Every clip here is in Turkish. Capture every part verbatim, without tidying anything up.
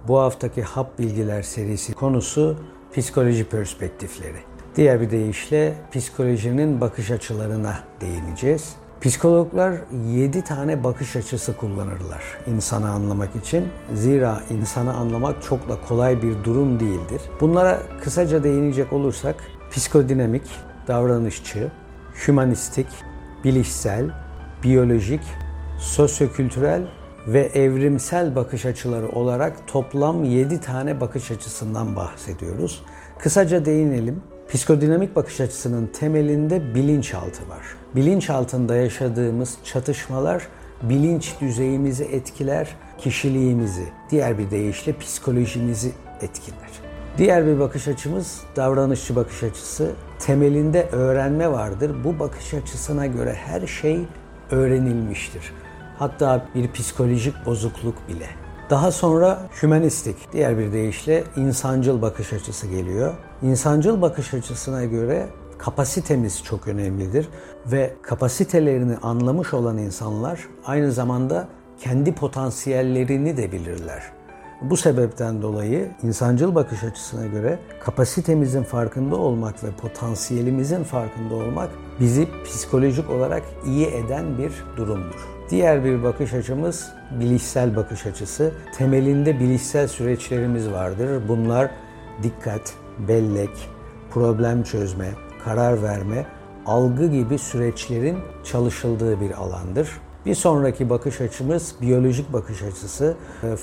Bu haftaki Hap Bilgiler serisi konusu psikoloji perspektifleri. Diğer bir deyişle psikolojinin bakış açılarına değineceğiz. Psikologlar yedi tane bakış açısı kullanırlar insanı anlamak için. Zira insanı anlamak çok da kolay bir durum değildir. Bunlara kısaca değinecek olursak psikodinamik, davranışçı, hümanistik, bilişsel, biyolojik, sosyokültürel ve evrimsel bakış açıları olarak toplam yedi tane bakış açısından bahsediyoruz. Kısaca değinelim. Psikodinamik bakış açısının temelinde bilinçaltı var. Bilinçaltında yaşadığımız çatışmalar bilinç düzeyimizi etkiler, kişiliğimizi, diğer bir deyişle psikolojimizi etkiler. Diğer bir bakış açımız davranışçı bakış açısı. Temelinde öğrenme vardır. Bu bakış açısına göre her şey öğrenilmiştir. Hatta bir psikolojik bozukluk bile. Daha sonra hümanistik, diğer bir deyişle insancıl bakış açısı geliyor. İnsancıl bakış açısına göre kapasitemiz çok önemlidir ve kapasitelerini anlamış olan insanlar aynı zamanda kendi potansiyellerini de bilirler. Bu sebepten dolayı insancıl bakış açısına göre kapasitemizin farkında olmak ve potansiyelimizin farkında olmak bizi psikolojik olarak iyi eden bir durumdur. Diğer bir bakış açımız bilişsel bakış açısı. Temelinde bilişsel süreçlerimiz vardır. Bunlar dikkat, bellek, problem çözme, karar verme, algı gibi süreçlerin çalışıldığı bir alandır. Bir sonraki bakış açımız biyolojik bakış açısı.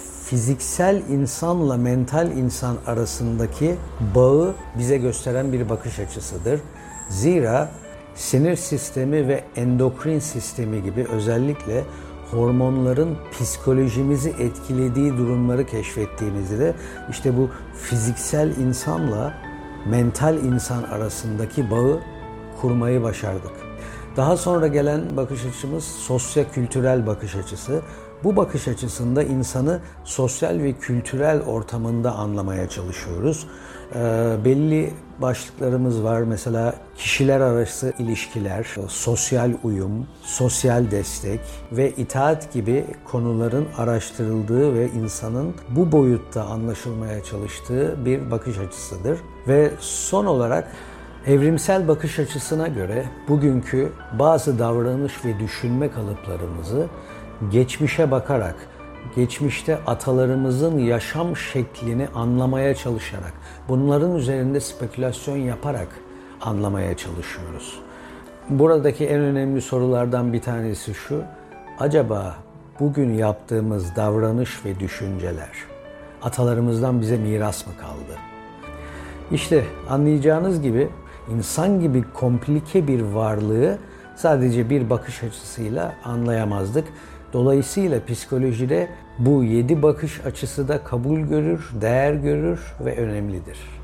Fiziksel insanla mental insan arasındaki bağı bize gösteren bir bakış açısıdır. Zira sinir sistemi ve endokrin sistemi gibi özellikle hormonların psikolojimizi etkilediği durumları keşfettiğimizde işte bu fiziksel insanla mental insan arasındaki bağı kurmayı başardık. Daha sonra gelen bakış açımız sosyo-kültürel bakış açısı. Bu bakış açısında insanı sosyal ve kültürel ortamında anlamaya çalışıyoruz. Ee, belli başlıklarımız var. Mesela kişiler arası ilişkiler, sosyal uyum, sosyal destek ve itaat gibi konuların araştırıldığı ve insanın bu boyutta anlaşılmaya çalıştığı bir bakış açısıdır. Ve son olarak evrimsel bakış açısına göre bugünkü bazı davranış ve düşünme kalıplarımızı geçmişe bakarak, geçmişte atalarımızın yaşam şeklini anlamaya çalışarak, bunların üzerinde spekülasyon yaparak anlamaya çalışıyoruz. Buradaki en önemli sorulardan bir tanesi şu: acaba bugün yaptığımız davranış ve düşünceler atalarımızdan bize miras mı kaldı? İşte anlayacağınız gibi insan gibi komplike bir varlığı sadece bir bakış açısıyla anlayamazdık. Dolayısıyla psikolojide bu yedi bakış açısı da kabul görür, değer görür ve önemlidir.